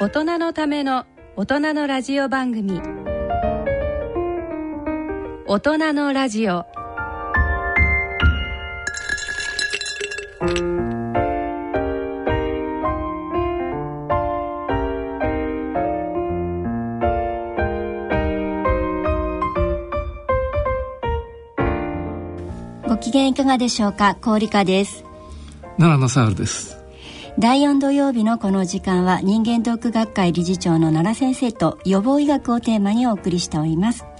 大人のための大人のラジオ番組、大人のラジオ。 ご機嫌いかがでしょうか。氷香です。 奈良のサウルです。 第4土曜日のこの時間は人間ドック学会理事長の奈良先生と予防医学をテーマにお送りしております。さ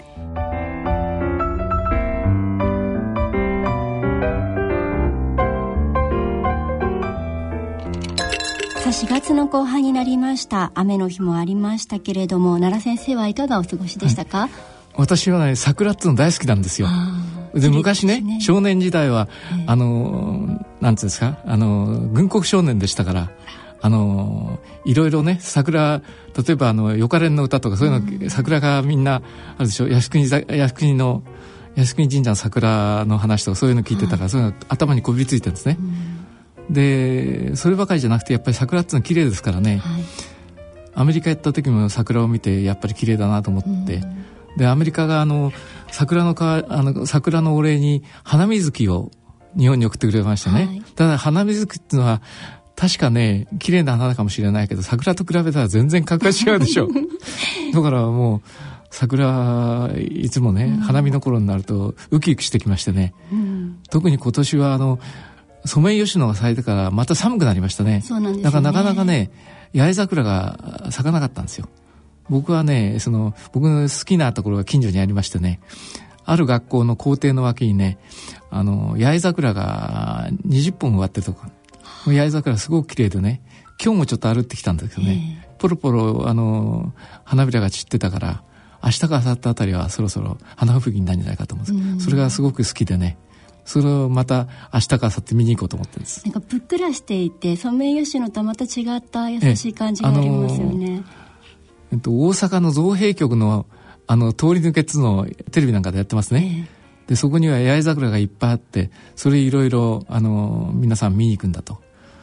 あ4月の後半になりました。雨の日もありましたけれども、奈良先生はいかがお過ごしでしたか。はい、 私はね、桜っていうの大好きなんですよ。で昔ね、少年時代はなんていうんですか、軍国少年でしたから、いろいろね、桜、例えばよかれんの歌とかそういうの、桜がみんなあるでしょ。靖国神社の桜の話とかそういうの聞いてたから、そういうの頭にこびりついてるんですね。でそればかりじゃなくて、やっぱり桜っていうのは綺麗ですからね、アメリカ行った時も桜を見てやっぱり綺麗だなと思って、でアメリカが桜のお礼に花水木を日本に送ってくれましたね。ただ花水木っていうのは確かね、綺麗な花かもしれないけど、桜と比べたら全然格が違うでしょだからもう桜、いつもね、花見の頃になるとウキウキしてきましてね、特に今年はソメイヨシノが咲いてからまた寒くなりましたね。 そうなんですね。 だからなかなかね、八重桜が咲かなかったんですよ。僕はね、僕の好きなところが近所にありましてね、ある学校の校庭の脇にね、八重桜が20本植わってるとこ、八重桜すごく綺麗でね、今日もちょっと歩ってきたんだけどね、ポロポロ花びらが散ってたから、明日か明後日あたりはそろそろ花吹雪になるんじゃないかと思うんです。それがすごく好きでね、それをまた明日か明後日見に行こうと思ってるんです。 なんかぷっくらしていて、ソメイヨシノとはまた違った優しい感じがありますよね。 大阪の造幣局の通り抜けっつうのをテレビなんかでやってますね。でそこには八重桜がいっぱいあって、それいろいろ皆さん見に行くんだと。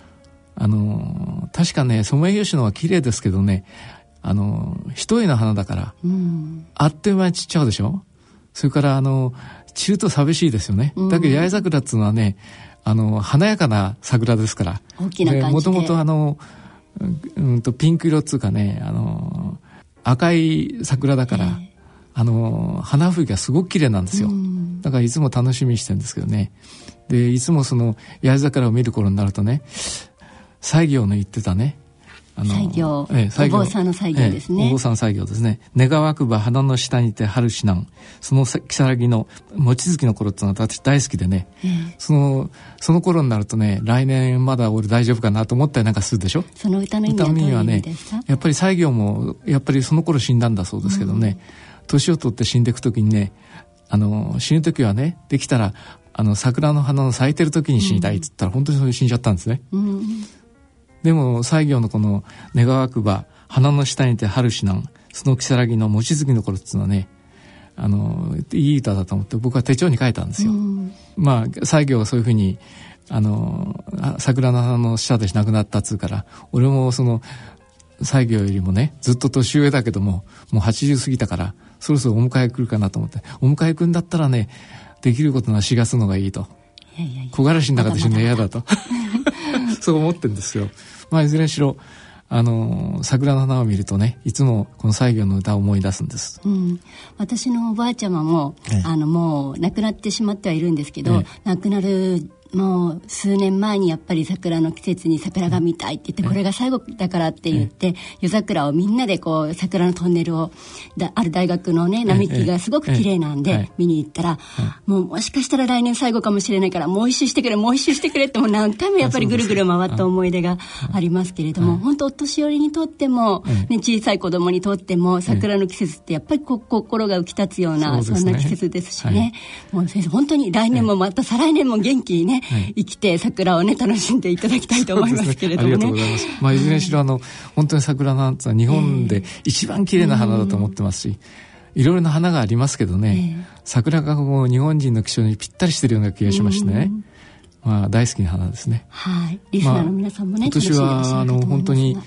確かね、ソメイヨシノは綺麗ですけどね、一重の花だから、あっという間に散っちゃうでしょ。それから散ると寂しいですよね。だけど八重桜っつうのはね、華やかな桜ですから、 大きな感じで、 もともとピンク色っつうかね、赤い桜だから、花吹雪がすごく綺麗なんですよ。だからいつも楽しみにしてるんですけどね。でいつもその八重桜を見る頃になるとね、西行の言ってたね、 西行、お坊さんの西行ですね。 お坊さんの西行ですね。願わくば花の下にて春死なん、その如の望月の頃っていうのは私大好きでね、その頃になるとね、来年まだ俺大丈夫かなと思ったりなんかするでしょ。 その歌の意味はどういう意味ですか。 やっぱり西行もやっぱりその頃死んだんだそうですけどね、年を取って死んでいく時にね、死ぬ時はね、できたら桜の花の咲いてる時に死にたいって言ったら、本当にそれ死んじゃったんですね。でも西行のこの願わくば花の下にて春死なんその如の望月の頃っていうのはね、いい歌だと思って僕は手帳に書いたんですよ。まあ西行はそういうふうに桜の花の下で亡くなったっつうから、俺もその西行よりもねずっと年上だけども、もう80過ぎたからそろそろお迎え来るかなと思って、お迎え来るんだったらね、できることな4月のがいいと、木枯らしの中で死ぬの嫌だとそう思ってるんですよ。まあいずれにしろ桜の花を見るとね、いつもこの西行の歌を思い出すんです。 私のおばあちゃまも、もう亡くなってしまってはいるんですけど、亡くなるもう数年前にやっぱり桜の季節に桜が見たいって言って、これが最後だからって言って、夜桜をみんなでこう桜のトンネルをある大学のね並木がすごく綺麗なんで見に行ったら、もしかしたら来年最後かもしれないからもう一周してくれもう一周してくれって、もう何回もやっぱりぐるぐる回った思い出がありますけれども、本当お年寄りにとっても、小さい子供にとっても桜の季節ってやっぱり心が浮き立つような、そんな季節ですしね、もう先生本当に来年もまた再来年も元気にね、生きて桜をね楽しんでいただきたいと思いますけれどもね。ありがとうございます。 まあいずれにしろ本当に桜なんてのは日本で一番綺麗な花だと思ってますし、いろいろな花がありますけどね、桜がこう日本人の気象にぴったりしているような気がしましてね、まあ大好きな花ですね。 リスナーの皆さんもね、 今年は本当に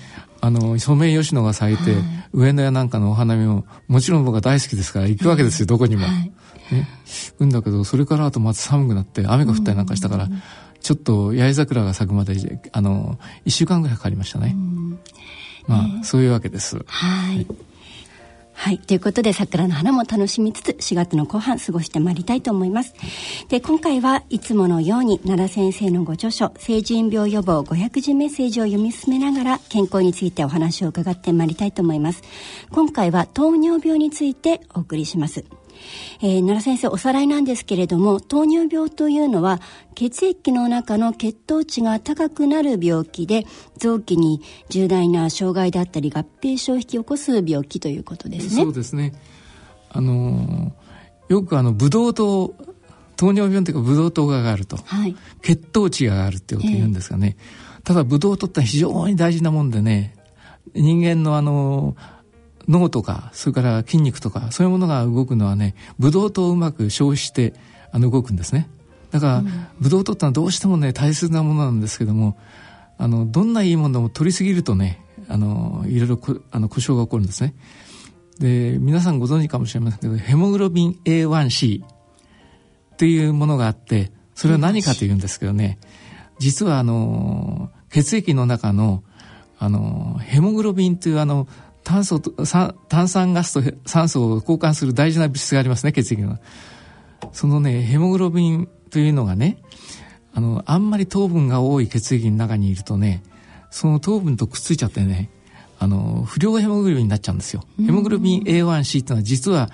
ソメイヨシノが咲いて、上野やなんかのお花見ももちろん僕は大好きですから行くわけですよ、どこにも、ね、行くんだけど、それからあとまた寒くなって雨が降ったりなんかしたから、ちょっと八重桜が咲くまで1週間ぐらいかかりましたね。そういうわけです。 はい、ということで桜の花も楽しみつつ4月の後半過ごしてまいりたいと思います。で、今回はいつものように奈良先生のご著書成人病予防500字メッセージを読み進めながら健康についてお話を伺ってまいりたいと思います。今回は糖尿病についてお送りします。奈良先生、おさらいなんですけれども、糖尿病というのは血液の中の血糖値が高くなる病気で、臓器に重大な障害であったり合併症を引き起こす病気ということですね。 そうですね。よくブドウ糖、糖尿病というかブドウ糖が上がると、血糖値が上がるってことを言うんですがね、ただブドウ糖って非常に大事なもんでね、人間の脳とかそれから筋肉とかそういうものが動くのはね、ブドウ糖をうまく消費して動くんですね。だから、ブドウ糖ってのはどうしてもね大切なものなんですけども、どんないいものも取りすぎるとね、いろいろ故障が起こるんですね。で、皆さんご存知かもしれませんけど、ヘモグロビン A1C っていうものがあって、それは何かというんですけどね、実は血液の中のヘモグロビンという炭酸ガスと酸素を交換する大事な物質がありますね、血液の。そのね、ヘモグロビンというのがね、あんまり糖分が多い血液の中にいるとね、その糖分とくっついちゃってね、不良ヘモグロビンになっちゃうんですよ。ヘモグロビン A1C ってのは実は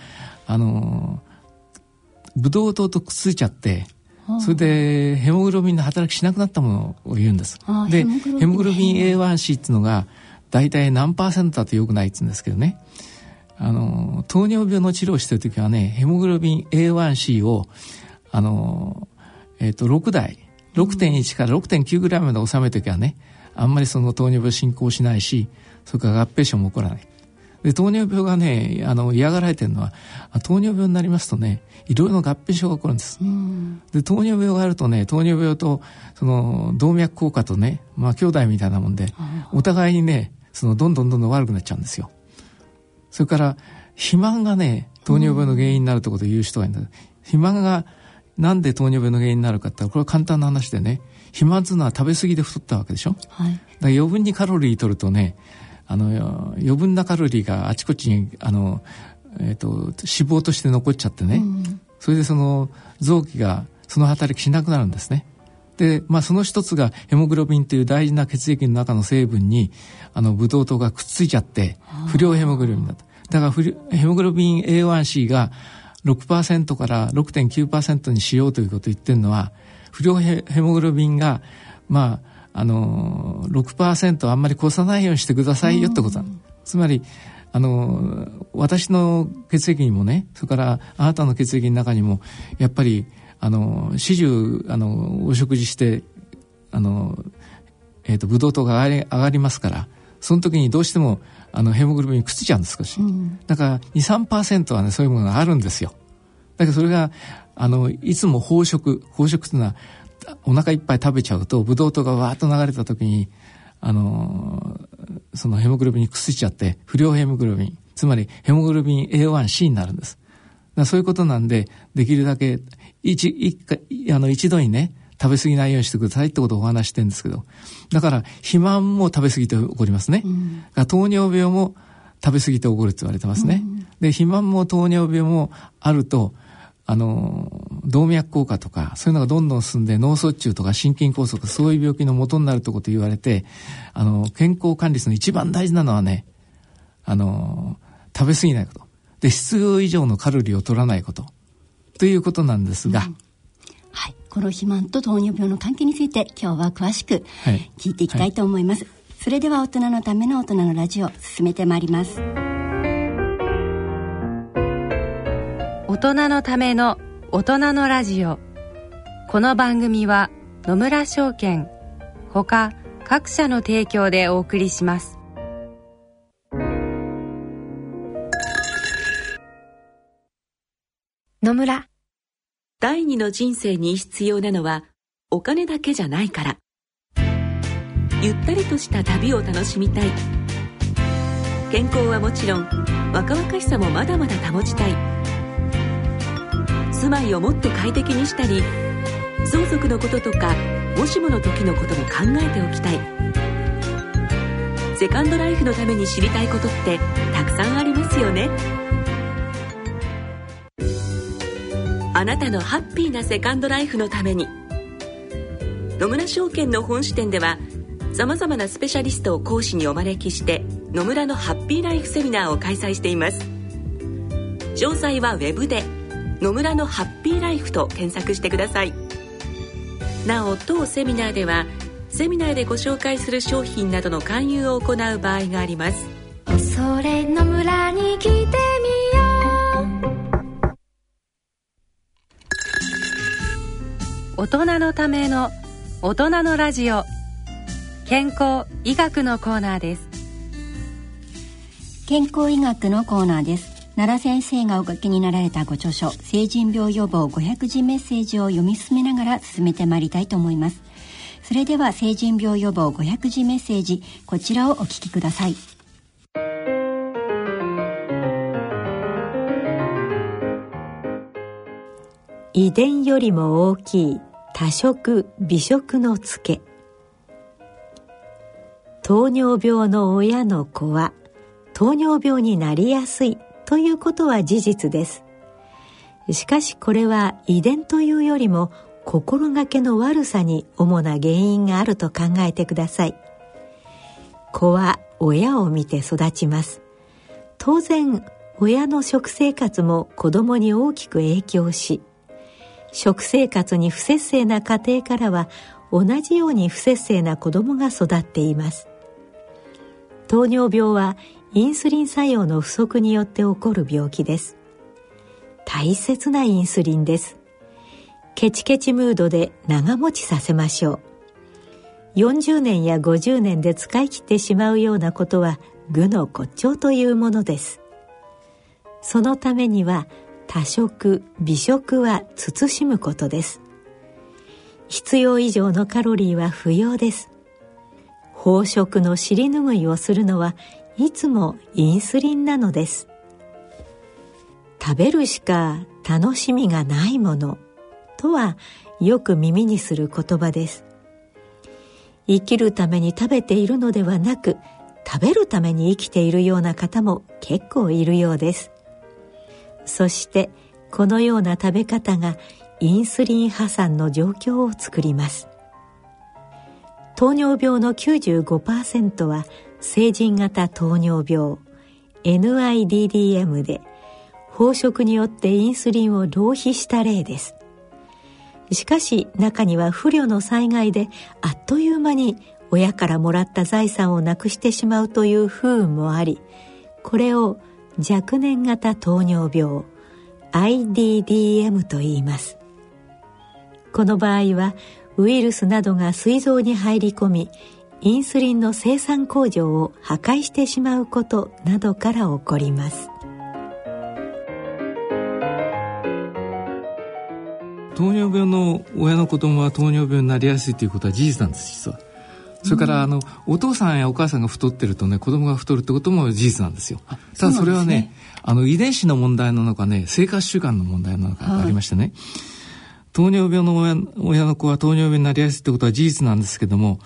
ブドウ糖とくっついちゃって、それでヘモグロビンの働きしなくなったものを言うんです。で、ヘモグロビン A1C っていうのが大体何%だと良くないって言うんですけどね、糖尿病の治療をしているときはね、ヘモグロビン A1C を6台 6.1 から 6.9 ぐらいまで収めておけばね、あんまりその糖尿病進行しないし、それから合併症も起こらない。で、糖尿病がね嫌がられてるのは、糖尿病になりますとね、いろいろな合併症が起こるんです。で、糖尿病があるとね、糖尿病とその動脈硬化とね、兄弟みたいなもんで、お互いにね、どんどん悪くなっちゃうんですよ。それから肥満がね、糖尿病の原因になるということを言う人がいるんだ。肥満がなんで糖尿病の原因になるかって、これは簡単な話でね、肥満というのは食べ過ぎで太ったわけでしょ。だから余分にカロリー取るとね、余分なカロリーがあちこちに脂肪として残っちゃってね、それでその臓器がその働きしなくなるんですね。で、その一つがヘモグロビンという大事な血液の中の成分にブドウ糖がくっついちゃって不良ヘモグロビンだと。だからヘモグロビン A1C が 6% から 6.9% にしようということを言ってるのは、不良ヘモグロビンが6% あんまり越さないようにしてくださいよってことなの。つまり私の血液にもね、それからあなたの血液の中にもやっぱり始終お食事してブドウ糖が上がりますから、その時にどうしてもヘモグロビンくっついちゃうんです、少し。だから 2,3% はね、そういうものがあるんですよ。だけどそれがいつも飽食っていうのは、お腹いっぱい食べちゃうとブドウ糖がわーっと流れた時にそのヘモグロビンにくっついちゃって不良ヘモグロビン、つまりヘモグロビン A1C になるんです。だからそういうことなんで、できるだけ一度にね、食べ過ぎないようにしてくださいってことをお話してるんですけど、だから肥満も食べ過ぎて起こりますね。糖尿病も食べ過ぎて起こるって言われてますね。で、肥満も糖尿病もあると動脈硬化とかそういうのがどんどん進んで、脳卒中とか心筋梗塞、そういう病気の元になるということを言われて、健康管理の一番大事なのはね、食べ過ぎないことで、必要以上のカロリーを取らないことということなんですが、 はい、この肥満と糖尿病の関係について今日は詳しく聞いていきたいと思います。それでは大人のための大人のラジオ進めてまいります。 大人のための大人のラジオ。この番組は野村証券ほか各社の提供でお送りします。 野村、第二の人生に必要なのはお金だけじゃないから。ゆったりとした旅を楽しみたい、 健康はもちろん若々しさもまだまだ保ちたい。住まいをもっと快適にしたり、相続のこととかもしもの時のことも考えておきたい。セカンドライフのために知りたいことってたくさんありますよね。あなたのハッピーなセカンドライフのために、野村証券の本支店ではさまざまなスペシャリストを講師にお招きして野村のハッピーライフセミナーを開催しています。詳細はウェブで野村のハッピーライフと検索してください。なお、当セミナーではセミナーでご紹介する商品などの勧誘を行う場合があります。 それの村に来てみよう。 大人のための大人のラジオ、健康医学のコーナーです。 健康医学のコーナーです。奈良先生がお書きになられたご著書、成人病予防500字メッセージを読み進めながら進めてまいりたいと思います。それでは成人病予防500字メッセージ、こちらをお聞きください。 遺伝よりも大きい多食美食のツケ。糖尿病の親の子は糖尿病になりやすいということは事実です。しかしこれは遺伝というよりも心がけの悪さに主な原因があると考えてください。子は親を見て育ちます。当然親の食生活も子供に大きく影響し、食生活に不摂生な家庭からは同じように不摂生な子供が育っています。糖尿病はインスリン作用の不足によって起こる病気です。大切なインスリンです。ケチケチムードで長持ちさせましょう。40年や50年で使い切ってしまうようなことは愚の骨頂というものです。そのためには多食美食は慎むことです。必要以上のカロリーは不要です。飽食の尻拭いをするのはいつもインスリンなのです。食べるしか楽しみがないものとはよく耳にする言葉です。生きるために食べているのではなく、食べるために生きているような方も結構いるようです。そしてこのような食べ方がインスリン破産の状況を作ります。糖尿病の 95% は成人型糖尿病 NIDDM で飽食によってインスリンを浪費した例です。しかし中には不慮の災害であっという間に親からもらった財産をなくしてしまうという不運もあり、これを若年型糖尿病 IDDM と言います。この場合はウイルスなどが膵臓に入り込み、インスリンの生産工場を破壊してしまうことなどから起こります。 糖尿病の親の子供は糖尿病になりやすいということは事実なんです、実は。それからお父さんやお母さんが太ってるとね、子供が太るってことも事実なんですよ。ただそれはね、遺伝子の問題なのかね、生活習慣の問題なのかありましてね、糖尿病の親の子は糖尿病になりやすいってことは事実なんですけども、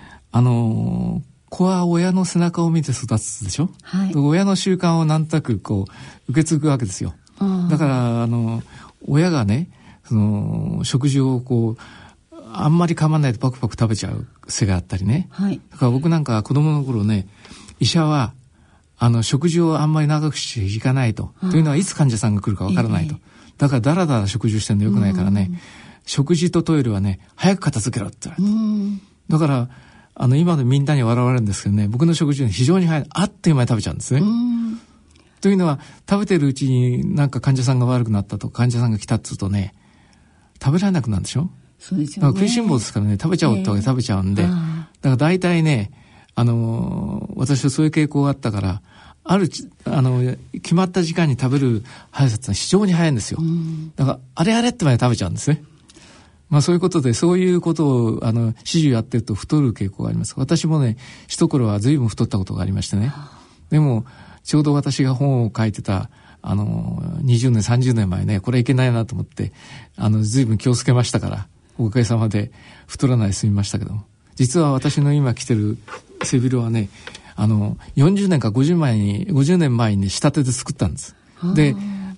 子は親の背中を見て育つでしょ、はい、親の習慣をなんとなくこう受け継ぐわけですよ。だから親がね、食事をこうあんまり噛まないでパクパク食べちゃう癖があったりね、はい、だから僕なんか子供の頃ね、医者は食事をあんまり長くしていかないと、というのはいつ患者さんが来るかわからないと、だからだらだら食事をしてるのよくないからね、食事とトイレはね早く片付けろって言われて、だから今でみんなに笑われるんですけどね、僕の食事は非常に早い、あっという間に食べちゃうんですね。というのは食べてるうちになんか患者さんが悪くなったとか患者さんが来たって言うとね、食べられなくなるんでしょ。 そうですよね。 食いしん坊ですからね、食べちゃおうってわけで食べちゃうんで、だから大体ね、私はそういう傾向があったから、決まった時間に食べる速さってのは非常に早いんですよ。だからあれあれってまで食べちゃうんですね。そういうことで、そういうことを始終やってると太る傾向があります。私もね、一頃は随分太ったことがありましてね。 でもちょうど私が本を書いてた20年30年前ね、これはいけないなと思って随分気をつけましたから、おかげさまで太らないで済みましたけども、実は私の今着てる背広はね、40年か50年前に仕立てで作ったんです。で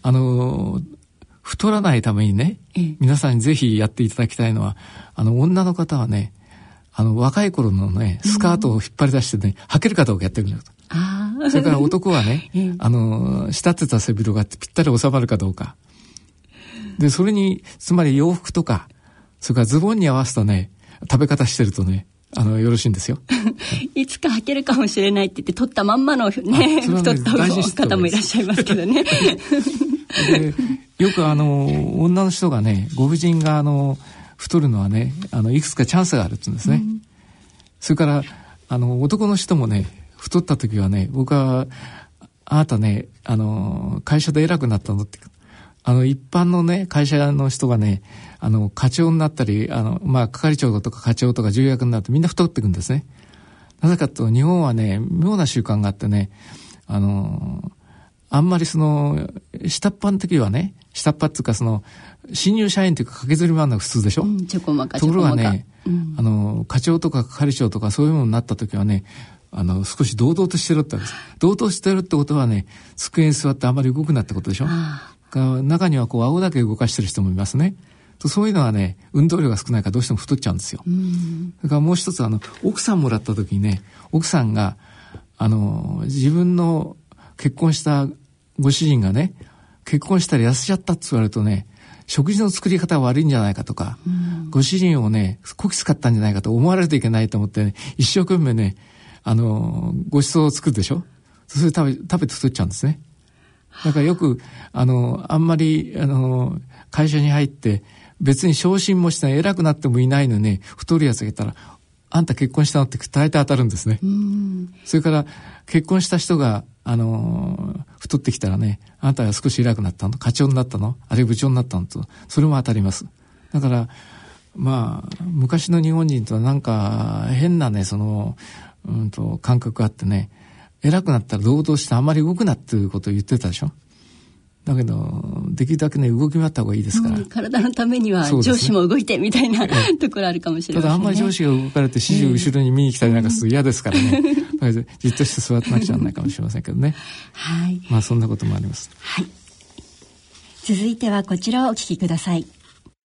太らないためにね、皆さんにぜひやっていただきたいのは、女の方はね、若い頃のねスカートを引っ張り出してね、履けるかどうかやってるんだよと。それから男はね、仕立てた背広がぴったり収まるかどうかで、それにつまり洋服とか、それからズボンに合わせたね食べ方してるとね、よろしいんですよ。 いつか履けるかもしれないって言って取ったまんまのね、太った方もいらっしゃいますけどね。 でよく女の人がね、ご婦人が太るのはね、いくつかチャンスがあるって言うんですね。それから男の人もね、太った時はね、僕はあなたね、会社で偉くなったのって、一般のね会社の人がね、課長になったり係長とか課長とか重役になるとみんな太っていくんですね。なぜかと日本はね、妙な習慣があってね、あんまり下っ端の時はね、下っ端っていうか新入社員というか駆けずり回るのが普通でしょ。 ちょこまかところがね、課長とか係長とかそういうものになった時はね、少し堂々としてるって言うんです。堂々してるってことはね、机に座ってあまり動くなってことでしょ。中には顎だけ動かしてる人もいますね。そういうのはね、運動量が少ないからどうしても太っちゃうんですよ。それからもう一つ奥さんもらった時にね、奥さんが自分の結婚したご主人がね、結婚したら痩せちゃったって言われるとね、食事の作り方が悪いんじゃないかとか、ご主人をねこき使ったんじゃないかと思われるといけないと思ってね、一生懸命ねご馳走を作るでしょ。それ食べて太っちゃうんですね。だからよくあんまり会社に入って別に昇進もしてない、偉くなってもいないのにね、太るやつがいたら、あんた結婚したのって大体当たるんですね。それから結婚した人が太ってきたらね、あんたは少し偉くなったの、課長になったの、あるいは部長になったのと、それも当たります。だから昔の日本人とはなんか変なね感覚があってね、偉くなったら堂々してあんまり動くなっていうことを言ってたでしょ。だけどできるだけね動き回った方がいいですから、 体のためには上司も動いてみたいなところあるかもしれませんね。ただあんまり上司が動かれて指示を後ろに見に来たりなんかすると嫌ですからね、じっとして座ってなくちゃならないかもしれませんけどね。 はい、 そんなこともあります。 はい、続いてはこちらをお聞きください。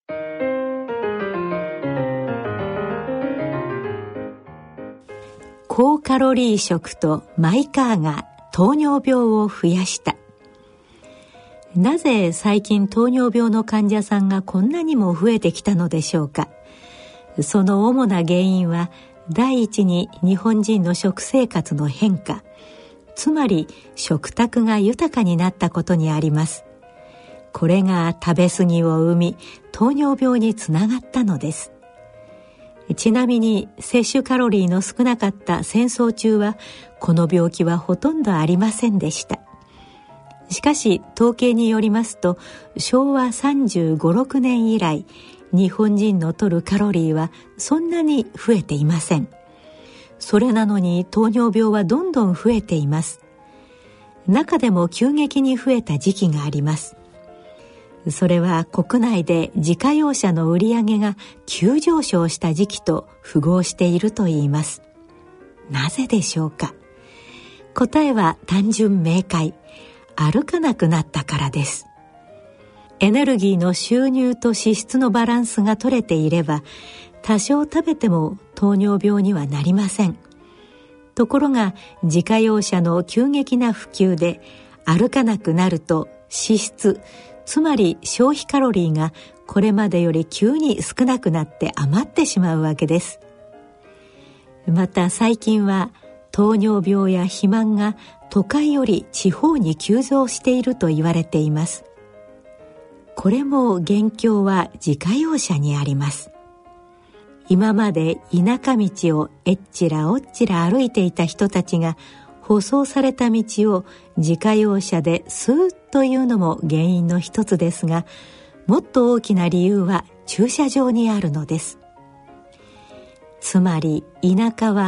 高カロリー食とマイカーが糖尿病を増やした。なぜ最近糖尿病の患者さんがこんなにも増えてきたのでしょうか。その主な原因は、第一に日本人の食生活の変化、つまり食卓が豊かになったことにあります。これが食べ過ぎを生み、糖尿病につながったのです。ちなみに摂取カロリーの少なかった戦争中はこの病気はほとんどありませんでした。しかし統計によりますと、昭和35、6年以来日本人の摂るカロリーはそんなに増えていません。それなのに糖尿病はどんどん増えています。中でも急激に増えた時期があります。それは国内で自家用車の売り上げが急上昇した時期と符合しているといいます。なぜでしょうか。答えは単純明快。歩かなくなったからです。エネルギーの収入と支出のバランスが取れていれば、多少食べても糖尿病にはなりません。ところが自家用車の急激な普及で歩かなくなると支出、つまり消費カロリーがこれまでより急に少なくなって余ってしまうわけです。また最近は糖尿病や肥満が都会より地方に急増していると言われています。これも元凶は自家用車にあります。今まで田舎道をえっちらおっちら歩いていた人たちが、舗装された道を自家用車でスーッというのも原因の一つですが、もっと大きな理由は駐車場にあるのです。つまり田舎は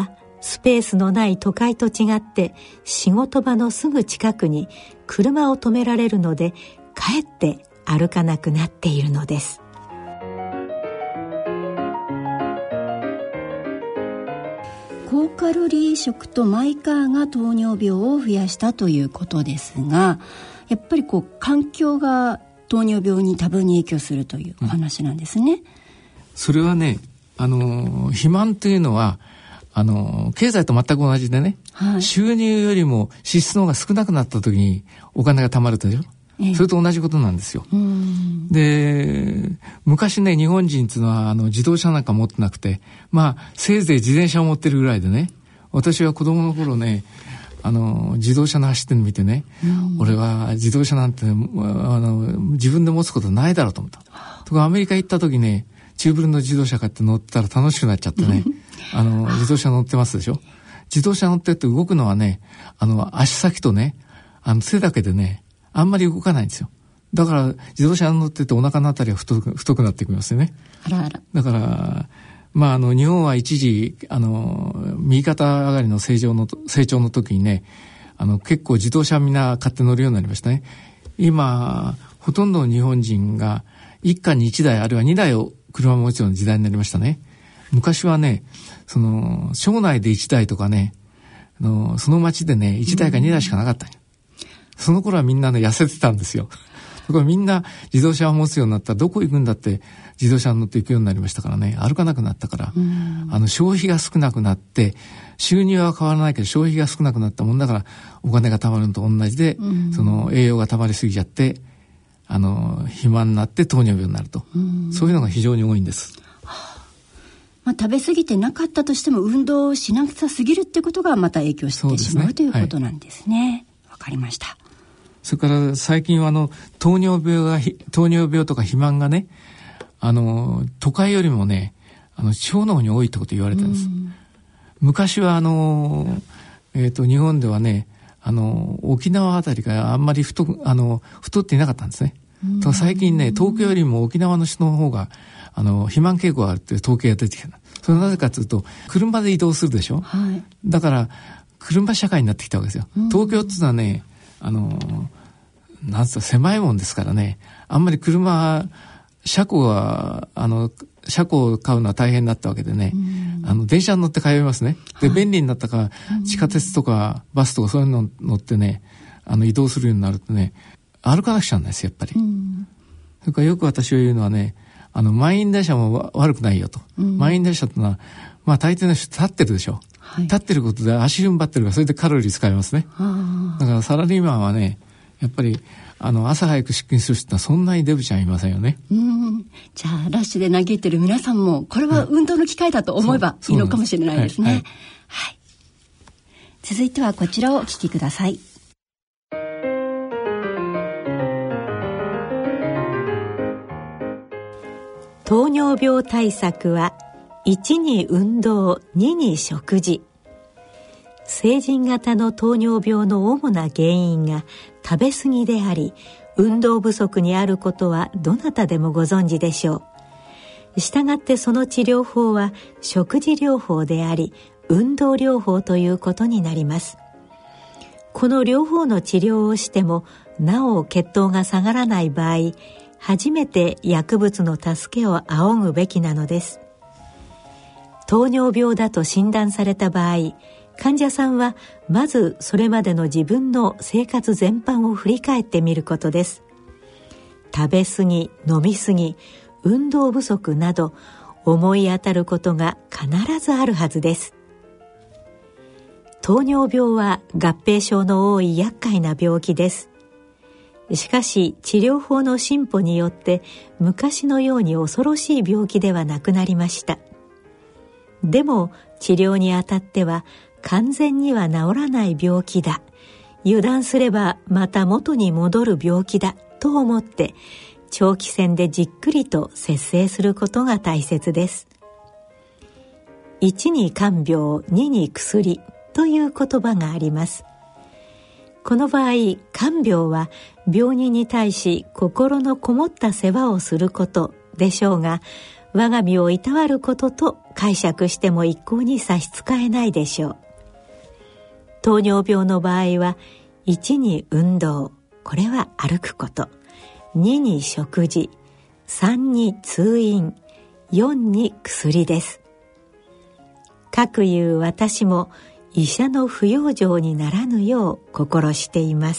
スペースのない都会と違って仕事場のすぐ近くに車を止められるので、かえって歩かなくなっているのです。 高カロリー食とマイカーが糖尿病を増やしたということですが、やっぱり環境が糖尿病に多分に影響するというお話なんですね。 それはね、肥満というのは経済と全く同じでね、はい、収入よりも支出の方が少なくなった時にお金が貯まるでしょ。それと同じことなんですよ。で、昔ね、日本人っていうのは自動車なんか持ってなくて、せいぜい自転車を持ってるぐらいでね、私は子供の頃ね、自動車の走ってるの見てね、俺は自動車なんて、自分で持つことないだろうと思った。ところがアメリカ行った時ね、中ブルの自動車買って乗ったら楽しくなっちゃってね、自動車乗ってますでしょ。自動車乗ってって動くのはね、足先とね、手だけでね、あんまり動かないんですよ。だから自動車に乗っててお腹のあたりは太くなってきますよね。だから日本は一時右肩上がりの成長の時にね、結構自動車みんな買って乗るようになりましたね。今ほとんどの日本人が一家に一台あるいは二台を車を持つような時代になりましたね。昔はね、町内で一台とかね、その町でね一台か二台しかなかった。その頃はみんなね痩せてたんですよ。だからみんな自動車を持つようになったらどこ行くんだって自動車に乗って行くようになりましたからね、歩かなくなったから、消費が少なくなって収入は変わらないけど消費が少なくなったもんだからお金が貯まるのと同じで、栄養が貯まりすぎちゃって肥満になって糖尿病になると、そういうのが非常に多いんです。 食べ過ぎてなかったとしても運動をしなさすぎるってことがまた影響してしまう、ということなんですね。わかりました。 それから最近は糖尿病とか肥満がね、都会よりもね地方の方に多いってこと言われてるんです。昔は日本ではね沖縄あたりがあんまり太っていなかったんですね。最近ね東京よりも沖縄の人の方が肥満傾向があるっていう統計が出てきた。それはなぜかというと車で移動するでしょ、はい、だから車社会になってきたわけですよ。東京っていうのはねなんつうか狭いもんですからね、あんまり車庫を買うのは大変になったわけでね、電車に乗って通いますね。で、便利になったから地下鉄とかバスとかそういうの乗ってね移動するようになるとね歩かなくちゃなんですよ、やっぱり。それからよく私は言うのはね、満員電車も悪くないよと。満員電車ってのは大抵の人立ってるでしょ、はい、立ってることで足踏ん張ってるからそれでカロリー使いますね。だからサラリーマンはねやっぱり朝早く出勤する人はそんなにデブちゃんいませんよね。 じゃあラッシュで嘆いてる皆さんもこれは運動の機会だと思えばいいのかもしれないですね。はい、続いてはこちらをお聞きください。 糖尿病対策は1に運動、2に食事。成人型の糖尿病の主な原因が食べ過ぎであり、運動不足にあることはどなたでもご存知でしょう。したがってその治療法は食事療法であり、運動療法ということになります。この両方の治療をしてもなお血糖が下がらない場合、初めて薬物の助けを仰ぐべきなのです。糖尿病だと診断された場合、患者さんはまずそれまでの自分の生活全般を振り返ってみることです。食べ過ぎ、飲み過ぎ、運動不足など思い当たることが必ずあるはずです。糖尿病は合併症の多い厄介な病気です。しかし治療法の進歩によって昔のように恐ろしい病気ではなくなりました。でも治療にあたっては完全には治らない病気だ、油断すればまた元に戻る病気だと思って長期戦でじっくりと節制することが大切です。1に看病、2に薬という言葉があります。この場合、看病は病人に対し心のこもった世話をすることでしょうが、 我が身をいたわることと解釈しても一向に差し支えないでしょう。糖尿病の場合は、1に運動、これは歩くこと、2に食事、3に通院、4に薬です。かくいう私も医者の不養生にならぬよう心しています。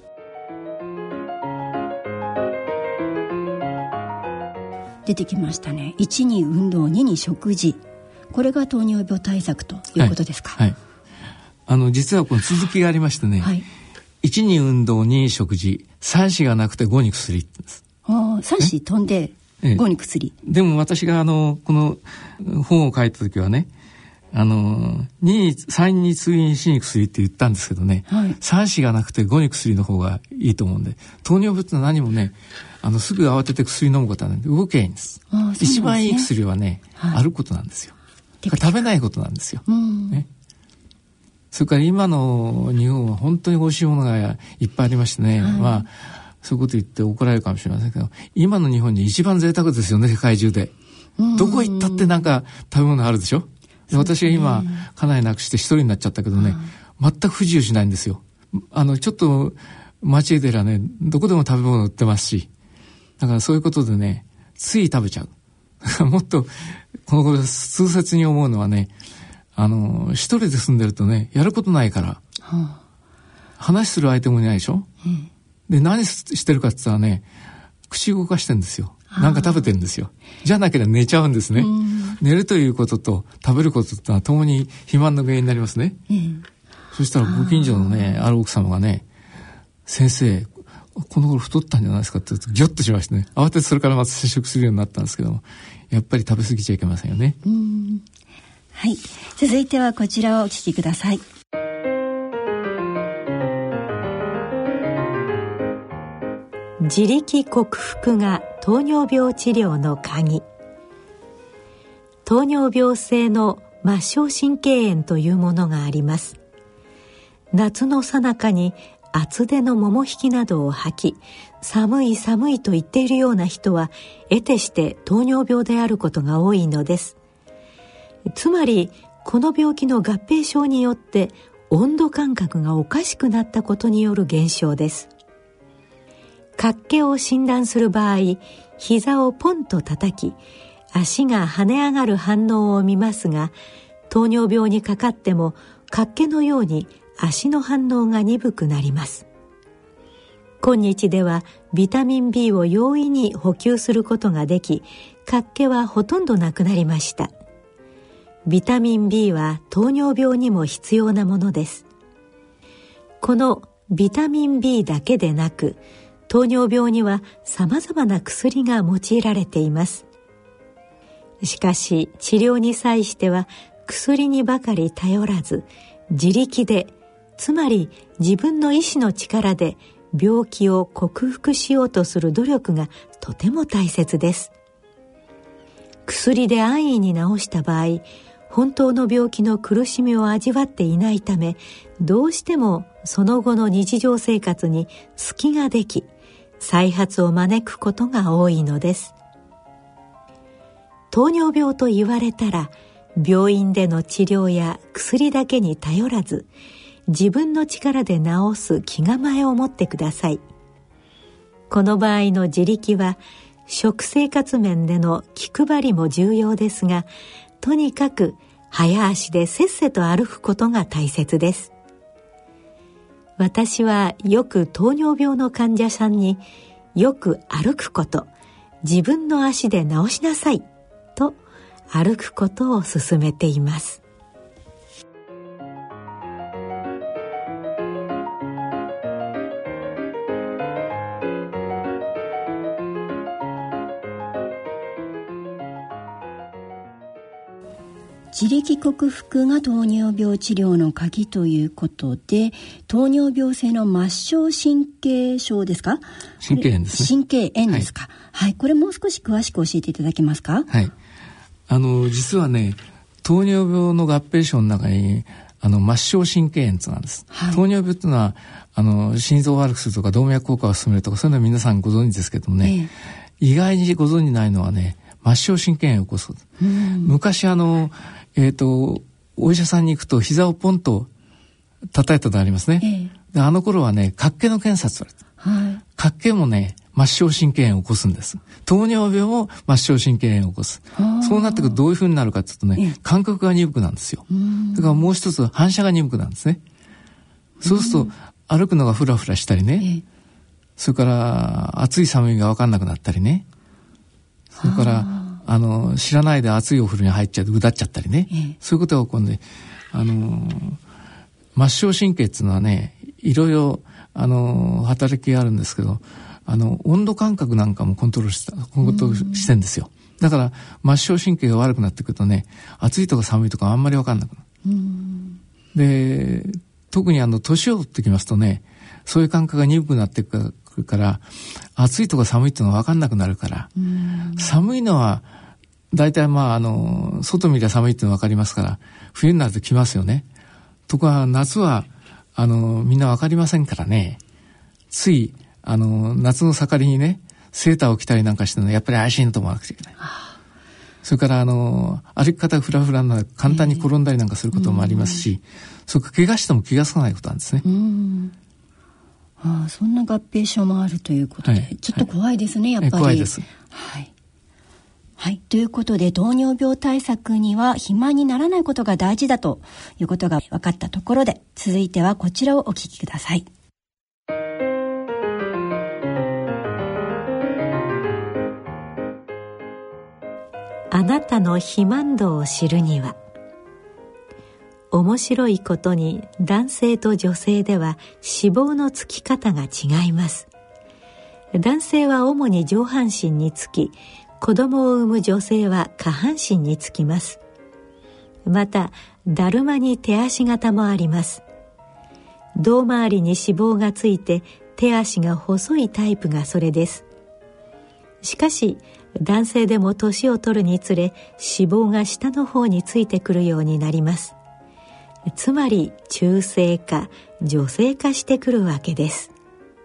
出てきましたね。1に運動、2に食事、これが糖尿病対策ということですか？ はいはい、実はこの続きがありましてね、はい、1に運動、2に食事、3子がなくて5に薬です。 3子飛んで5に薬。 でも私がこの本を書いた時はね、3に通院、4に薬って言ったんですけどね、はい、3子がなくて5に薬の方がいいと思うんで、糖尿病って何もね、すぐ慌てて薬飲むことはないんで動けばいいんです。一番いい薬はね、はい、歩くことなんですよ。食べないことなんですよ、ね。それから今の日本は本当に美味しいものがいっぱいありましてね、はい、そういうこと言って怒られるかもしれませんけど、今の日本に一番贅沢ですよね、世界中で。どこ行ったってなんか食べ物あるでしょ。で私が今家内なくして一人になっちゃったけどね、全く不自由しないんですよ。ちょっと街へ出りゃね、どこでも食べ物売ってますし、だからそういうことでね、つい食べちゃう。もっとこの頃痛切に思うのはね、一人で住んでるとね、やることないから、話する相手もいないでしょ、で何してるかって言ったらね、口動かしてるんですよ。なんか食べてるんですよ。じゃなければ寝ちゃうんですね。寝るということと食べることってのはともに肥満の原因になりますね。そしたらご近所のね、ある奥様がね、先生この頃太ったんじゃないですかってギョッとしましてね、慌ててそれからまた接触するようになったんですけども、やっぱり食べ過ぎちゃいけませんよね。 はい、続いてはこちらをお聞きください。 自力克服が糖尿病治療の鍵。糖尿病性の末梢神経炎というものがあります。夏の最中に厚手の桃引きなどを履き、寒い寒いと言っているような人は得てして糖尿病であることが多いのです。つまりこの病気の合併症によって温度感覚がおかしくなったことによる現象です。脚気を診断する場合、膝をポンと叩き足が跳ね上がる反応を見ますが、糖尿病にかかっても脚気のように足の反応が鈍くなります。今日ではビタミン B を容易に補給することができ、脚気はほとんどなくなりました。ビタミン B は糖尿病にも必要なものです。このビタミン B だけでなく、糖尿病には様々な薬が用いられています。しかし治療に際しては薬にばかり頼らず、自力で、つまり自分の意志の力で病気を克服しようとする努力がとても大切です。薬で安易に治した場合、本当の病気の苦しみを味わっていないため、どうしてもその後の日常生活に隙ができ、再発を招くことが多いのです。糖尿病と言われたら、病院での治療や薬だけに頼らず、自分の力で治す気構えを持ってください。この場合の自力は、食生活面での気配りも重要ですが、とにかく早足でせっせと歩くことが大切です。私はよく糖尿病の患者さんに、よく歩くこと、自分の足で治しなさいと歩くことを勧めています。 自力克服が糖尿病治療の鍵ということで、糖尿病性の末梢神経症ですか？ 神経炎ですね。 神経炎ですか。はい、これもう少し詳しく教えていただけますか？ はい。実はね、糖尿病の合併症の中に末梢神経炎となんです、はい、糖尿病っていうのは心臓を悪くするとか動脈硬化を進めるとか、そういうのは皆さんご存知ですけどもね、意外にご存じないのはね、 末梢神経炎を起こす。昔お医者さんに行くと膝をポンと叩いたのありますね。であの頃はね、脚気の検査と言われた。脚気もね、末梢神経炎を起こすんです。糖尿病も末梢神経炎を起こす。そうなってくるとどういう風になるかというとね、感覚が鈍くなるんですよ。だからもう一つ反射が鈍くなるんですね。そうすると歩くのがフラフラしたりね、それから暑い寒いが分かんなくなったりね、それから知らないで熱いお風呂に入っちゃうとうだっちゃったりね、そういうことが起こるんで、末梢神経っていうのはね、いろいろ働きがあるんですけど、温度感覚なんかもコントロールしてんですよ。だから末梢神経が悪くなってくるとね、暑いとか寒いとかあんまり分かんなくなる。で特に年を取ってきますとね、そういう感覚が鈍くなってくるから、暑いとか寒いっていうのが分かんなくなるから、寒いのは大体外見りゃ寒いっていうのは分かりますから、冬になると来ますよね。とか夏はみんな分かりませんからね、つい夏の盛りにね、セーターを着たりなんかしてるのはやっぱり怪しいのと思わなくちゃいけない。それから歩き方がフラフラなら簡単に転んだりなんかすることもありますし、それから怪我しても気がつかないことなんですね。 そんな合併症もあるということで、ちょっと怖いですね、やっぱり。 怖いです。 はい。ということで、糖尿病対策には肥満にならないことが大事だということが分かったところで、続いてはこちらをお聞きください。 あなたの肥満度を知るには。面白いことに男性と女性では脂肪のつき方が違います。男性は主に上半身につき、子供を産む女性は下半身につきます。まただるまに手足型もあります。胴回りに脂肪がついて手足が細いタイプがそれです。しかし男性でも年を取るにつれ脂肪が下の方についてくるようになります。つまり中性化、女性化してくるわけです。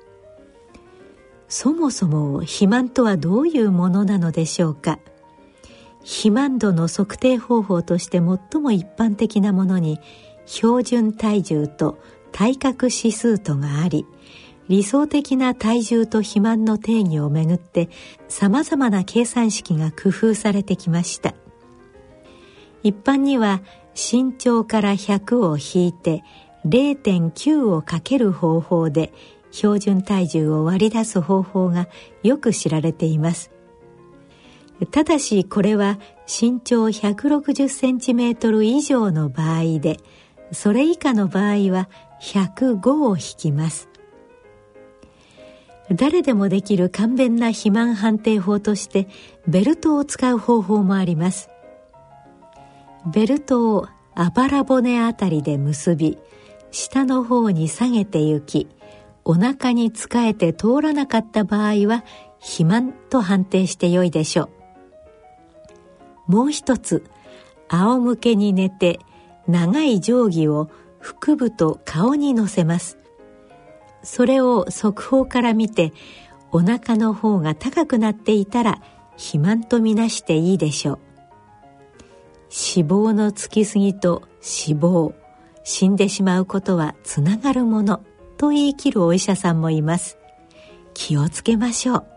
そもそも肥満とはどういうものなのでしょうか。肥満度の測定方法として最も一般的なものに標準体重と体格指数とがあり、理想的な体重と肥満の定義をめぐって様々な計算式が工夫されてきました。一般には身長から100を引いて 0.9 をかける方法で標準体重を割り出す方法がよく知られています。ただしこれは身長160センチメートル以上の場合で、それ以下の場合は105を引きます。誰でもできる簡便な肥満判定法としてベルトを使う方法もあります。ベルトをあばら骨あたりで結び、下の方に下げて行き、お腹につかえて通らなかった場合は肥満と判定してよいでしょう。もう一つ、仰向けに寝て長い定規を腹部と顔に乗せます。それを側方から見てお腹の方が高くなっていたら肥満とみなしていいでしょう。脂肪のつきすぎと死亡、死んでしまうことはつながるものと言い切るお医者さんもいます。気をつけましょう。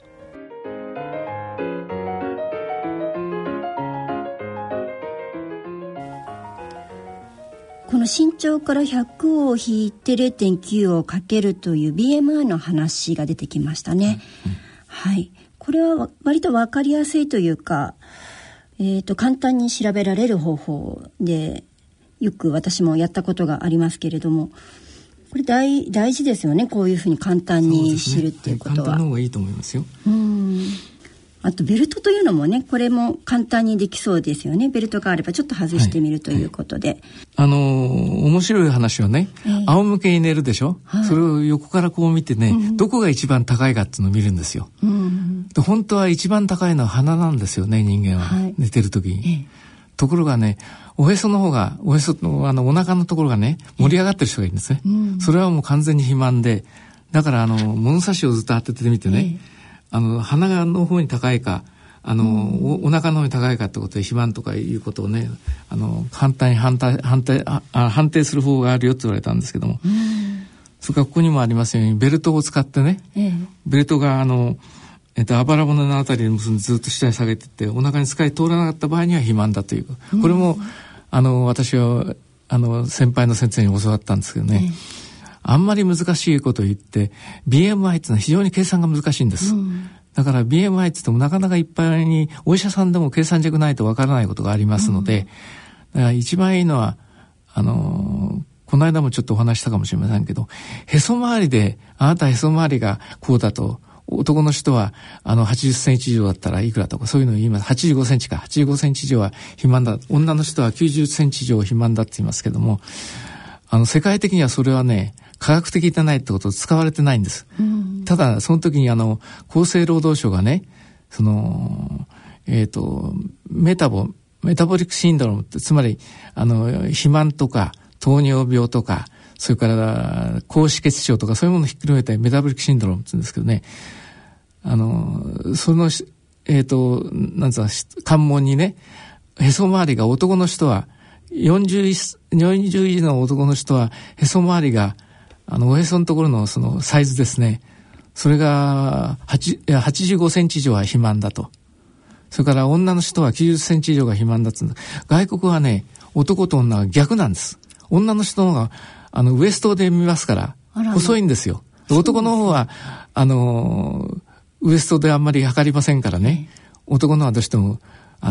この身長から100を引いて 0.9 をかけるという BMI の話が出てきましたね。はい。これは割と分かりやすいというか、簡単に調べられる方法で、よく私もやったことがありますけれども、これ大事ですよね。こういうふうに簡単に知るっていうことは。 簡単の方がいいと思いますよ。 あとベルトというのもね、これも簡単にできそうですよね。ベルトがあればちょっと外してみるということで、 面白い話はね、仰向けに寝るでしょ、それを横からこう見てね、どこが一番高いかっていうのを見るんですよ。で本当は一番高いのは鼻なんですよね、人間は、寝てる時に。ところがね、おへその方が、おへそのお腹のところがね、盛り上がってる人がいるんですね。それはもう完全に肥満で、だから物差しをずっと当ててみてね、鼻の方に高いかお腹の方に高いかってことで肥満とかいうことをね反定する方があるよって言われたんですけども、それからここにもありますようにベルトを使ってね、ベルトがあばら骨のあたりに結んでずっと下に下げていってお腹に使い通らなかった場合には肥満だという、これも私は先輩の先生に教わったんですけどね、あんまり難しいことを言って BMI ってのは非常に計算が難しいんです、だから BMI って言ってもなかなかいっぱいにお医者さんでも計算軸ないとわからないことがありますので、だから一番いいのはこの間もちょっとお話したかもしれませんけど、へそ周りであなたへそ周りがこうだと男の人は80センチ以上だったらいくらとかそういうのを言います。85センチか85センチ以上は肥満だ、女の人は90センチ以上肥満だって言いますけども、世界的にはそれはね科学的でないってことを使われてないんです、ただその時に厚生労働省がねメタボリックシンドロームって、つまり肥満とか糖尿病とかそれから高脂血症とかそういうものをひっくるめてメタボリックシンドロームって言うんですけどね、そのなんつうの関門にねへそ周りが男の人は40以上の男の人はへそ周りがおへそのところのそのサイズですね、それが85センチ以上は肥満だと。それから女の人は90センチ以上が肥満だって言うんだ。外国はね男と女は逆なんです。女の人の方がウエストで見ますから細いんですよ。男の方はウエストであんまり測りませんからね、男の方はどうしても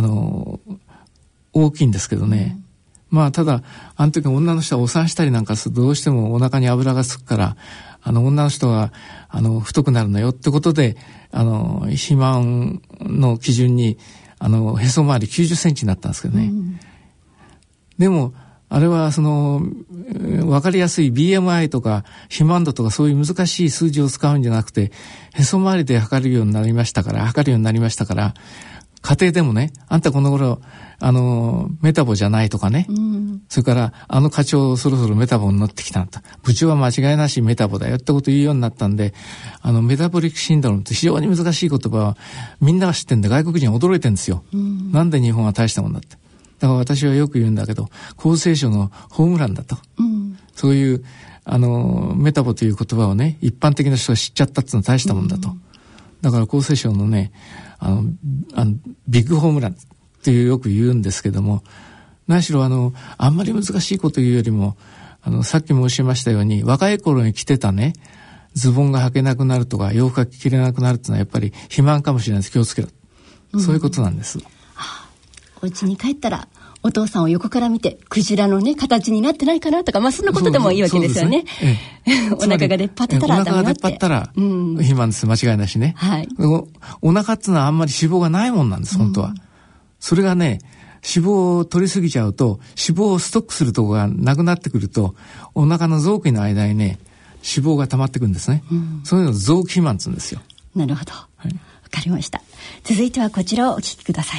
大きいんですけどね、まあただあの時女の人はお産したりなんかするとどうしてもお腹に油がつくから女の人は太くなるのよってことで肥満の基準にへそ周り90センチになったんですけどね、でもあれは分かりやすい BMI とか肥満度とかそういう難しい数字を使うんじゃなくてへそ周りで測るようになりましたから、家庭でもね、あんたこの頃メタボじゃないとかね、それから課長そろそろメタボになってきたんだ、部長は間違いなしメタボだよってことを言うようになったんで、メタボリックシンドロームって非常に難しい言葉はみんなが知ってんで外国人は驚いてるんですよ、なんで日本は大したもんだって。だから私はよく言うんだけど厚生省のホームランだと、そういうメタボという言葉をね一般的な人が知っちゃったっていうのは大したもんだと、だから厚生省のねビッグホームランっていうよく言うんですけども、何しろあんまり難しいこと言うよりもさっき申しましたように若い頃に着てたねズボンが履けなくなるとか洋服が着れなくなるっていうのはやっぱり肥満かもしれないです。気をつけろ、そういうことなんです。 お家に帰ったらお父さんを横から見てクジラのね形になってないかなとか、そんなことでもいいわけですよね。お腹が出っ張ってたらダメだって。お腹が出っ張ったら肥満です、間違いなしね、お腹っていうのはあんまり脂肪がないもんなんです、本当は。それがね脂肪を取りすぎちゃうと脂肪をストックするところがなくなってくるとお腹の臓器の間にね脂肪が溜まってくるんですね、そういうのを臓器肥満って言うんですよ。 なるほど、わかりました。続いてはこちらをお聞きください。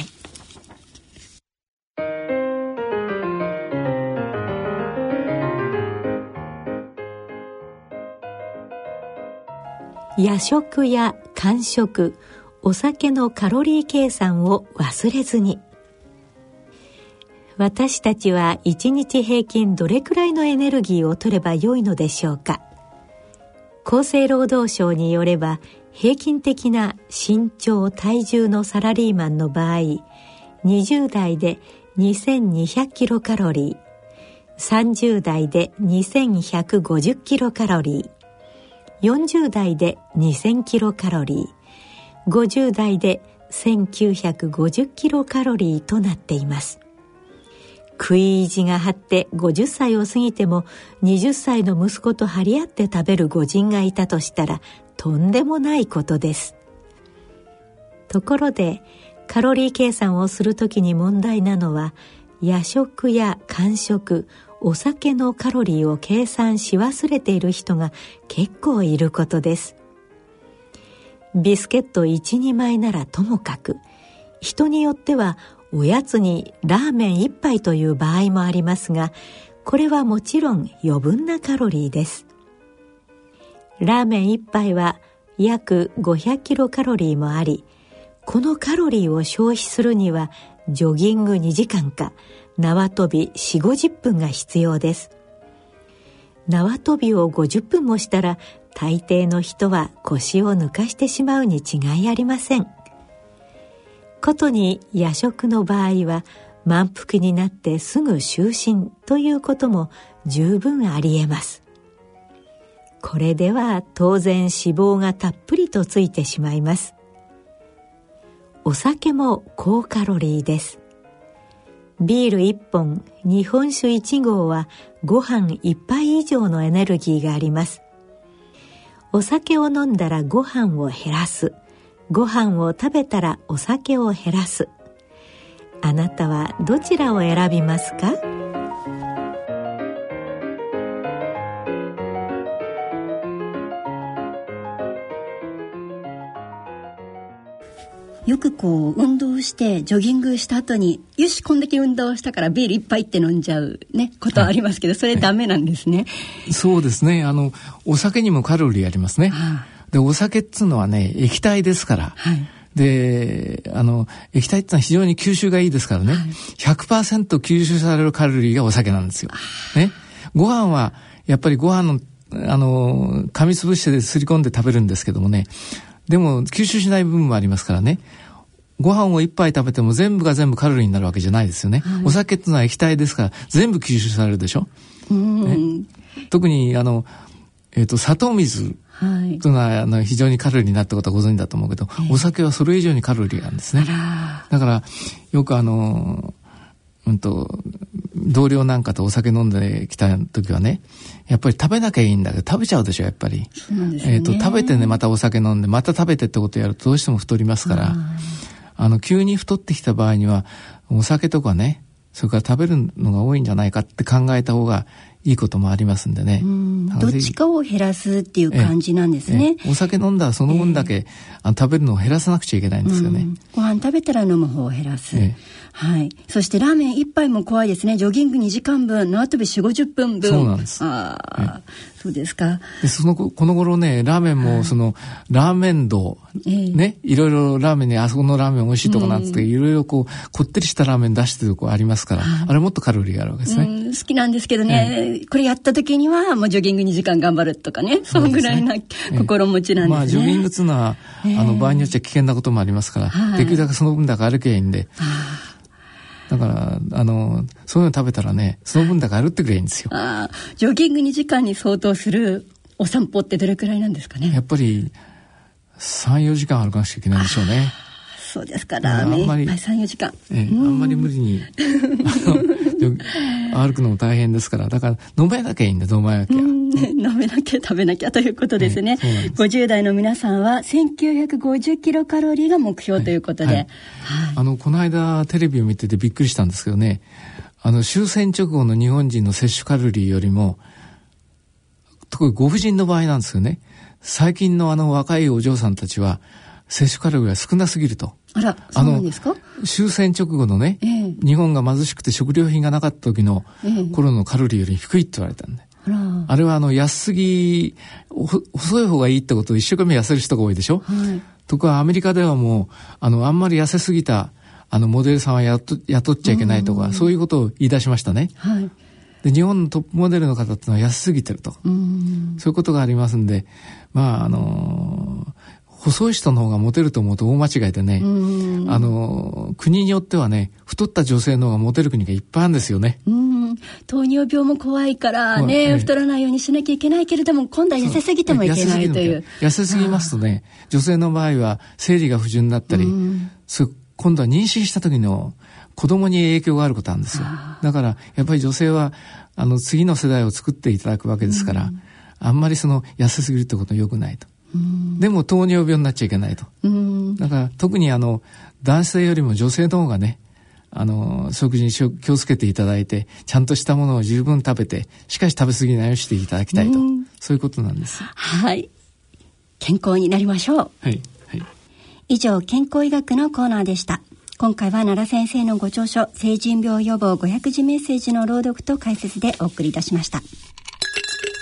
夜食や間食、お酒のカロリー計算を忘れずに。私たちは1日平均どれくらいのエネルギーを取ればよいのでしょうか。厚生労働省によれば平均的な身長体重のサラリーマンの場合、20代で2200キロカロリー、30代で2150キロカロリー、40代で2000キロカロリー、50代で1950キロカロリーとなっています。食い意地が張って50歳を過ぎても20歳の息子と張り合って食べる御人がいたとしたらとんでもないことです。ところでカロリー計算をするときに問題なのは夜食や間食、お酒のカロリーを計算し忘れている人が結構いることです。ビスケット 1,2 枚ならともかく、人によってはおやつにラーメン1杯という場合もありますが、これはもちろん余分なカロリーです。ラーメン1杯は約500キロカロリーもあり、 このカロリーを消費するにはジョギング2時間か縄跳び4、50分が必要です。縄跳びを50分もしたら大抵の人は腰を抜かしてしまうに違いありません。ことに夜食の場合は満腹になってすぐ就寝ということも十分ありえます。これでは当然脂肪がたっぷりとついてしまいます。お酒も高カロリーです。ビール1本、日本酒1合はご飯1杯以上のエネルギーがあります。お酒を飲んだらご飯を減らす。ご飯を食べたらお酒を減らす。あなたはどちらを選びますか？ よく運動してジョギングした後によしこんだけ運動したからビール一杯って飲んじゃうねことはありますけど、それダメなんですね。 そうですね。お酒にもカロリーありますね。でお酒っつうのはね液体ですから、で液体ってのは非常に吸収がいいですからね、100% 吸収されるカロリーがお酒なんですよ。ね、ご飯はやっぱりご飯の噛みつぶしてすり込んで食べるんですけどもね、でも吸収しない部分もありますからね。ご飯を一杯食べても全部が全部カロリーになるわけじゃないですよね。お酒ってのは液体ですから全部吸収されるでしょ。ね、特に砂糖水というのは非常にカロリーになったことはご存知だと思うけど、お酒はそれ以上にカロリーがあるんですね。だからよく同僚なんかとお酒飲んできた時はね、やっぱり食べなきゃいいんだけど食べちゃうでしょやっぱり。食べてねまたお酒飲んでまた食べてってことをやるとどうしても太りますから、急に太ってきた場合にはお酒とかね、それから食べるのが多いんじゃないかって考えた方がいいこともありますんでね。 どっちかを減らすっていう感じなんですね。 お酒飲んだらその分だけ、食べるのを減らさなくちゃいけないんですよね。 ご飯食べたら飲む方を減らす。はい。そしてラーメン1杯も怖いですね。ジョギング2時間分、縄跳び4、50分分。 そうなんです。 そうですか。 でこの頃ね、ラーメンもラーメン道、ね、いろいろラーメンにあそこのラーメン美味しいとこなんつって、いろいろこってりしたラーメン出してるとこありますから、あれもっとカロリーがあるわけですね。 好きなんですけどね、これやった時にはもうジョギング2時間頑張るとかね、そのぐらいな心持ちなんですね。 ジョギングっていうのは、場合によっちゃ危険なこともありますから、できるだけその分だけ歩けばいいんで。だからそういうの食べたらね、その分だけ歩ってくればいいんですよ。 ジョギング2時間に相当するお散歩ってどれくらいなんですかね。 やっぱり 3、4時間歩かなきゃいけないんでしょうね。 そうですか。ラーメン1杯3、4時間、 あんまり無理に歩くのも大変ですから、だから飲めなきゃいいんだ。飲めなきゃ飲めなきゃ食べなきゃということですね。50代の皆さんは1950キロカロリーが目標ということで、 この間テレビを見ててびっくりしたんですけどね、終戦直後の日本人の摂取カロリーよりも、特にご婦人の場合なんですよね、最近の若いお嬢さんたちは摂取カロリーが少なすぎると。 そうなんですか。終戦直後のね、日本が貧しくて食料品がなかった時の頃のカロリーより低いって言われたんで、あれは安すぎ、細い方がいいってことを一生懸命痩せる人が多いでしょ。とかアメリカではもうあんまり痩せすぎたモデルさんは雇っちゃいけないとか、そういうことを言い出しましたね。で日本のトップモデルの方ってのは安すぎてると、そういうことがありますんで、細い人の方がモテると思うと大間違いでね、国によってはね、太った女性の方がモテる国がいっぱいあるんですよね。 糖尿病も怖いからね、太らないようにしなきゃいけないけれども、今度は痩せすぎてもいけないという。 痩せすぎますとね、女性の場合は生理が不順になったり、今度は妊娠した時の子供に影響があることなんですよ。だからやっぱり女性は次の世代を作っていただくわけですから、あんまり痩せすぎるってことは良くないと。でも糖尿病になっちゃいけないと。だから特に男性よりも女性の方がね、食事に気をつけていただいて、ちゃんとしたものを十分食べて、しかし食べ過ぎないようにしていただきたいと、そういうことなんです。 はい、健康になりましょう。以上、健康医学のコーナーでした。今回は奈良先生のご著書、成人病予防500字メッセージの朗読と解説でお送りいたしました。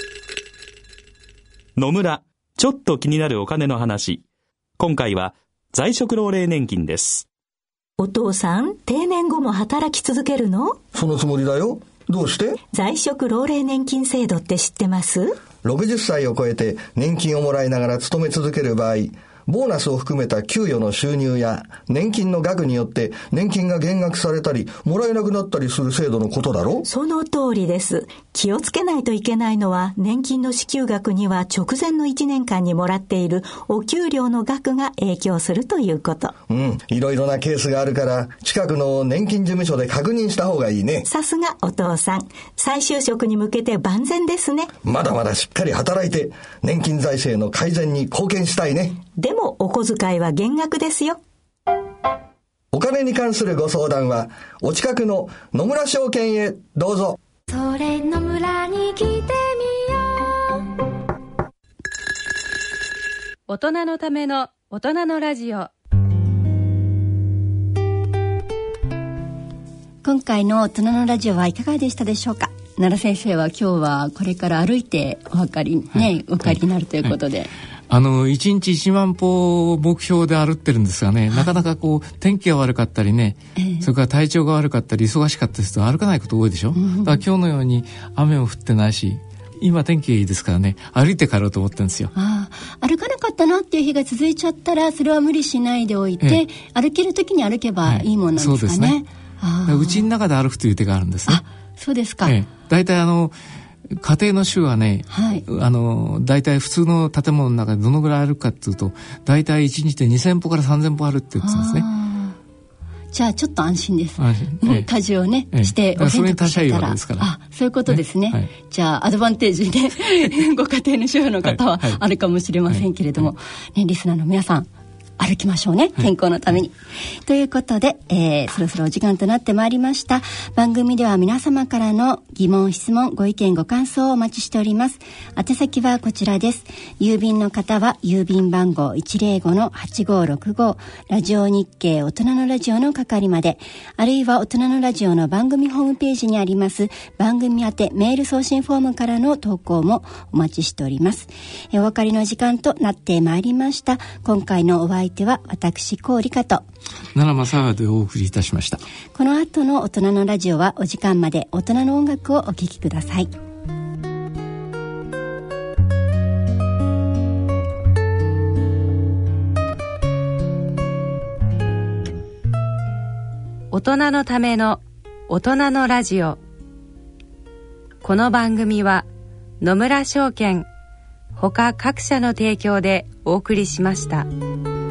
野村、ちょっと気になるお金の話。今回は在職老齢年金です。 お父さん、定年後も働き続けるの？ そのつもりだよ。どうして？ 在職老齢年金制度って知ってます？ 60 歳を超えて年金をもらいながら勤め続ける場合、ボーナスを含めた給与の収入や年金の額によって年金が減額されたりもらえなくなったりする制度のことだろ？ その通りです。気をつけないといけないのは、年金の支給額には直前の1年間にもらっているお給料の額が影響するということ。 いろいろなケースがあるから近くの年金事務所で確認した方がいいね。 さすがお父さん、再就職に向けて万全ですね。 まだまだしっかり働いて年金財政の改善に貢献したいね。 でもお小遣いは減額ですよ。 お金に関するご相談はお近くの野村証券へどうぞ。 それ野村に来てみよう。 大人のための大人のラジオ。 今回の大人のラジオはいかがでしたでしょうか？奈良先生は今日はこれから歩いてお帰りになるということで、 1日1万歩を目標で歩ってるんですがね、なかなか天気が悪かったりね、それから体調が悪かったり忙しかったりすると歩かないこと多いでしょ。だから今日のように雨も降ってないし、今天気がいいですからね、歩いて帰ろうと思ってるんですよ。 歩かなかったなっていう日が続いちゃったら、それは無理しないでおいて、歩ける時に歩けばいいものなんですかね。そうですね。 うちの中で歩くという手があるんですね。 そうですか。 だいたい家庭の種はね、だいたい普通の建物の中でどのぐらい歩くかっていうと、だいたい1日で2000歩から3000歩歩って言ってますね。 じゃあちょっと安心です。家事をね、してお洗濯してたら、 そういうことですね。じゃあアドバンテージでご家庭の主婦の方はあるかもしれませんけれども、リスナーの皆さん、歩きましょうね、健康のために。ということで、そろそろお時間となってまいりました。番組では皆様からの疑問、質問、ご意見、ご感想をお待ちしております。宛先はこちらです。郵便の方は郵便番号 105-8565 ラジオ日経大人のラジオの係まで、あるいは大人のラジオの番組ホームページにあります番組宛てメール送信フォームからの投稿もお待ちしております。お別れの時間となってまいりました。今回のお相手は私高理香と奈良正和でお送りいたしました。 この後の大人のラジオはお時間まで大人の音楽をお聴きください。 大人のための大人のラジオ。この番組は野村証券他各社の提供でお送りしました。